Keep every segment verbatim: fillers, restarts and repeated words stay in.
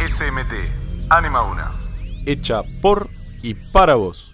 S M T, Anima una. Hecha por y para vos.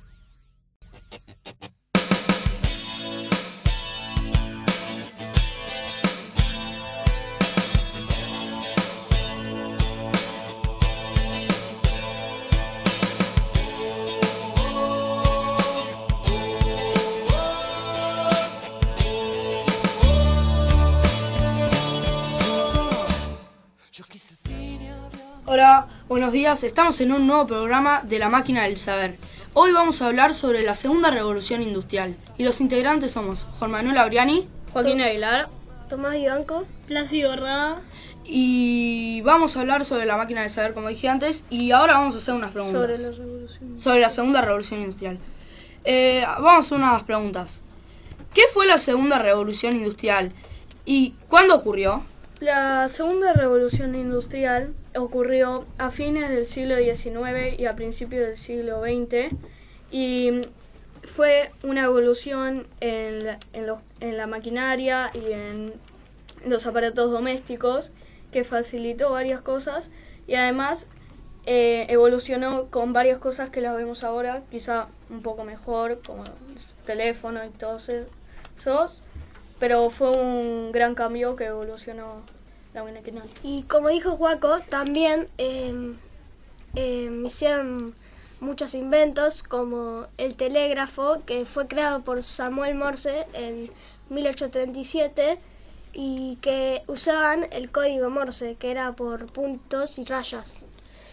Hola, buenos días. Estamos en un nuevo programa de La Máquina del Saber. Hoy vamos a hablar sobre la segunda revolución industrial. Y los integrantes somos Juan Manuel Abriani, Joaquín Aguilar, Tomás Ibanco, Plácido Rada. Y vamos a hablar sobre la máquina del saber, como dije antes. Y ahora vamos a hacer unas preguntas Sobre la revolución. sobre la segunda revolución industrial. Eh, vamos a hacer unas preguntas. ¿Qué fue la segunda revolución industrial? ¿Y cuándo ocurrió? La segunda revolución industrial ocurrió a fines del siglo diecinueve y a principios del siglo veinte y fue una evolución en la, en los, en la maquinaria y en los aparatos domésticos que facilitó varias cosas y además eh, evolucionó con varias cosas que las vemos ahora, quizá un poco mejor, como los teléfonos y todos esos, pero fue un gran cambio que evolucionó la maquinaria. y como dijo Juaco, también eh, eh, hicieron muchos inventos como el telégrafo, que fue creado por Samuel Morse en mil ochocientos treinta y siete y que usaban el código Morse, que era por puntos y rayas.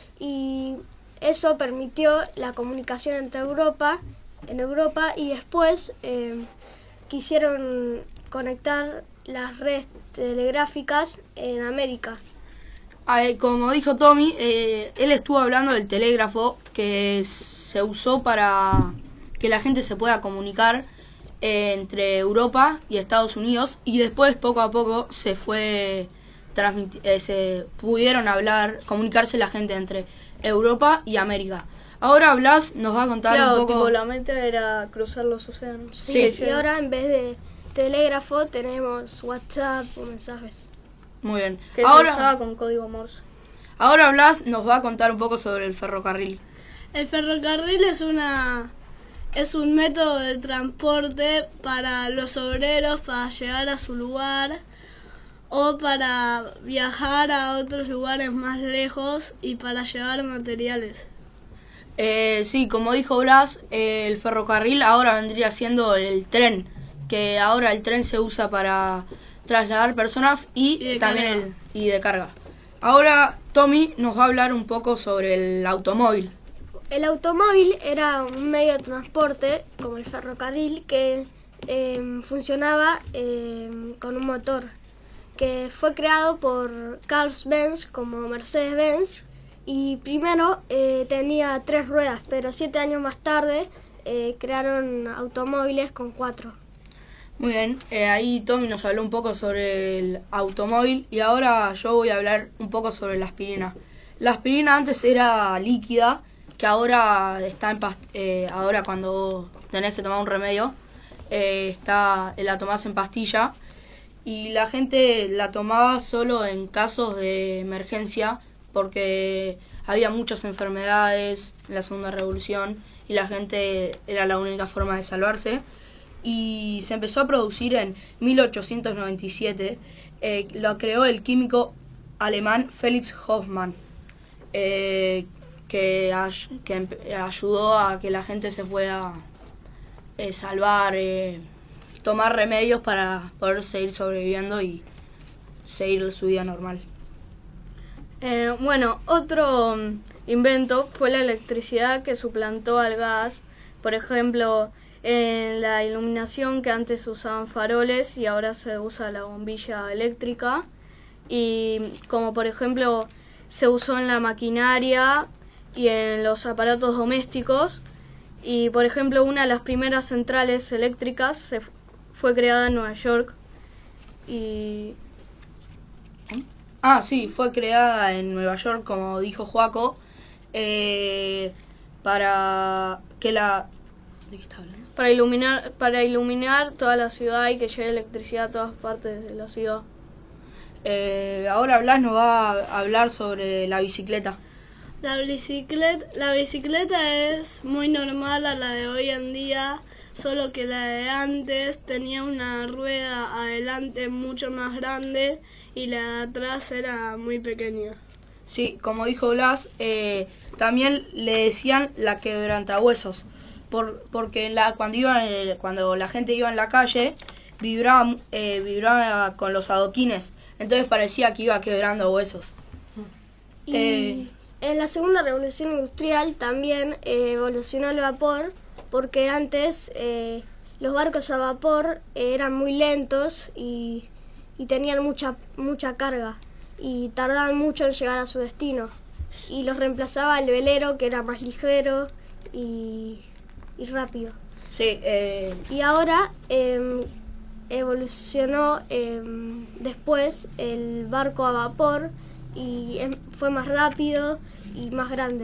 Y eso permitió la comunicación entre Europa, en Europa y después eh, quisieron conectar las redes telegráficas en América. Eh, como dijo Tommy, eh, él estuvo hablando del telégrafo que se usó para que la gente se pueda comunicar eh, entre Europa y Estados Unidos, y después poco a poco se fue transmiti- eh, se pudieron hablar, comunicarse la gente entre Europa y América. Ahora Blas nos va a contar Claro, un poco. tipo, la meta era cruzar los océanos. Sí, Sí. y ahora en vez de telégrafo tenemos WhatsApp o mensajes. Muy bien. Que se Ahora, usaba con código Morse. ahora Blas nos va a contar un poco sobre el ferrocarril. El ferrocarril es una es un método de transporte para los obreros para llegar a su lugar o para viajar a otros lugares más lejos y para llevar materiales. Eh, sí, como dijo Blas, eh, el ferrocarril ahora vendría siendo el tren, que ahora el tren se usa para trasladar personas y, Y de también carga. el y de carga. Ahora Tommy nos va a hablar un poco sobre el automóvil. El automóvil era un medio de transporte, como el ferrocarril, que eh, funcionaba eh, con un motor, que fue creado por Carl Benz como Mercedes-Benz, y primero eh, tenía tres ruedas, pero siete años más tarde eh, crearon automóviles con cuatro. Muy bien, eh, ahí Tommy nos habló un poco sobre el automóvil y ahora yo voy a hablar un poco sobre la aspirina. La aspirina antes era líquida, que ahora está en past- eh, ahora cuando tenés que tomar un remedio, eh, está la tomás en pastilla y la gente la tomaba solo en casos de emergencia porque había muchas enfermedades en la segunda revolución y la gente era la única forma de salvarse. Y se empezó a producir en mil ochocientos noventa y siete, eh, lo creó el químico alemán Felix Hoffmann, eh, que, ay- que empe- ayudó a que la gente se pueda eh, salvar, eh, tomar remedios para poder seguir sobreviviendo y seguir su vida normal. Eh, bueno, otro mm, invento fue la electricidad que suplantó al gas. Por ejemplo, en la iluminación, que antes se usaban faroles y ahora se usa la bombilla eléctrica. Y como por ejemplo se usó en la maquinaria y en los aparatos domésticos. Y por ejemplo una de las primeras centrales eléctricas se fu- fue creada en Nueva York. Y Ah, sí, fue creada en Nueva York, como dijo Joaco, eh, para que la... ¿De qué está hablando? para iluminar para iluminar toda la ciudad y que llegue electricidad a todas partes de la ciudad. Eh, ahora Blas nos va a hablar sobre la bicicleta. La bicicleta, la bicicleta es muy normal a la de hoy en día, solo que la de antes tenía una rueda adelante mucho más grande y la de atrás era muy pequeña. Sí, como dijo Blas, eh, también le decían la quebrantahuesos, por, porque la, cuando, iban, eh, cuando la gente iba en la calle vibraba, eh, vibraba con los adoquines, entonces parecía que iba quebrando huesos. Y Eh, en la segunda revolución industrial también eh, evolucionó el vapor, porque antes eh, los barcos a vapor eh, eran muy lentos y, y tenían mucha, mucha carga y tardaban mucho en llegar a su destino. Y los reemplazaba el velero, que era más ligero y, y rápido. sí, eh, Y ahora eh, evolucionó eh, después el barco a vapor y em, fue más rápido y más grande.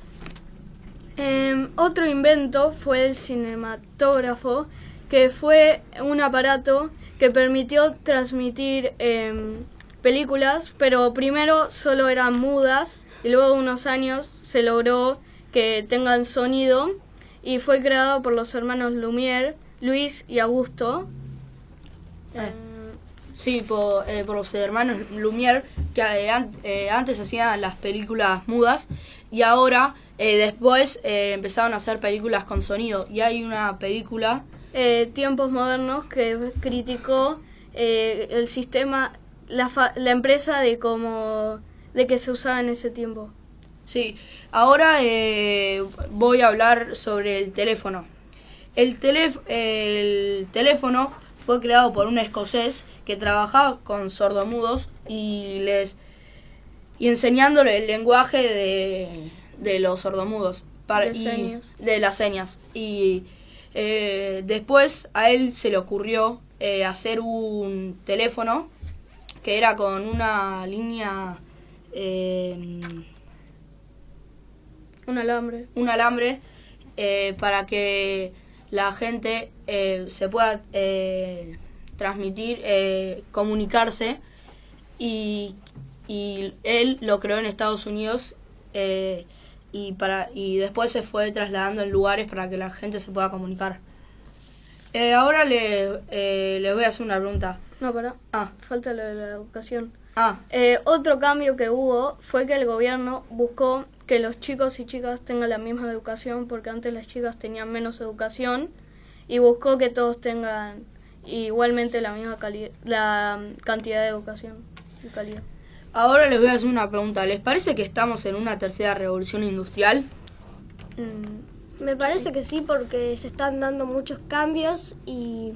Eh, otro invento fue el cinematógrafo, que fue un aparato que permitió transmitir eh, películas, pero primero solo eran mudas y luego de unos años se logró que tengan sonido y fue creado por los hermanos Lumière, Luis y Augusto. eh, sí por, eh, por los hermanos Lumière, que eh, an- eh, antes hacían las películas mudas y ahora eh, después eh, empezaron a hacer películas con sonido. Y hay una película, Eh, Tiempos Modernos, que criticó eh, el sistema, la, fa- la empresa de cómo de que se usaba en ese tiempo. sí, ahora eh, voy a hablar sobre el teléfono. El, teléf- el teléfono fue creado por un escocés que trabajaba con sordomudos y les y enseñándole el lenguaje de, de los sordomudos para, De y- señas. de las señas. Y eh, después a él se le ocurrió eh, hacer un teléfono que era con una línea, eh, Un alambre. un alambre eh, para que la gente eh, se pueda eh, transmitir, eh, comunicarse, y, y él lo creó en Estados Unidos eh, y para y después se fue trasladando en lugares para que la gente se pueda comunicar. Eh, ahora le, eh, les voy a hacer una pregunta. No, pará. Ah, Falta lo de la educación. ah, Eh, otro cambio que hubo fue que el gobierno buscó que los chicos y chicas tengan la misma educación, porque antes las chicas tenían menos educación, y buscó que todos tengan igualmente la misma cali- la mm, cantidad de educación y calidad. ahora les voy a hacer una pregunta. ¿Les parece que estamos en una tercera revolución industrial? Mm, Me parece que sí, porque se están dando muchos cambios y,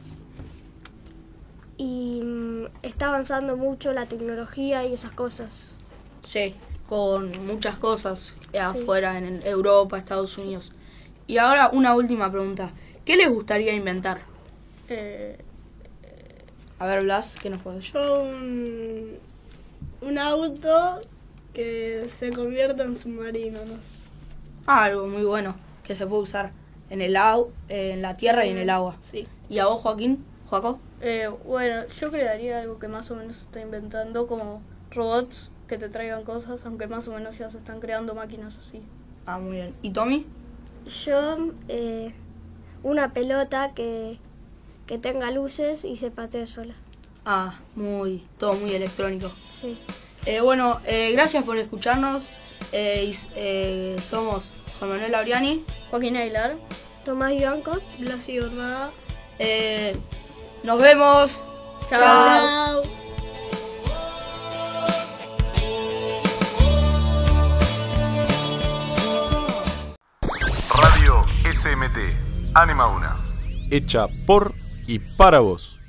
y mm, está avanzando mucho la tecnología y esas cosas. Sí, con muchas cosas afuera, en Europa, Estados Unidos. Y ahora una última pregunta. ¿Qué les gustaría inventar? eh, A ver, Blas, ¿qué nos puedes decir? Yo un, un auto que se convierta en submarino, ¿no? Ah, algo muy bueno que se puede usar en el au, eh, en la tierra y en el agua. Sí. ¿Y a vos, Joaquín? ¿Joaco? eh, bueno, yo crearía algo que más o menos se está inventando, como robots que te traigan cosas, aunque más o menos ya se están creando máquinas así. Ah, muy bien. ¿Y Tommy? Yo, eh, una pelota que, que tenga luces y se patee sola. Ah, muy, todo muy electrónico. Sí. Eh, bueno, eh, gracias por escucharnos. Eh, y, eh, somos Juan Manuel Lauriani. Joaquín Aguilar. Tomás Bianco. Blas y Borrada. Eh, nos vemos. Chao. Chao. Radio S M T, Anima una. Hecha por y para vos.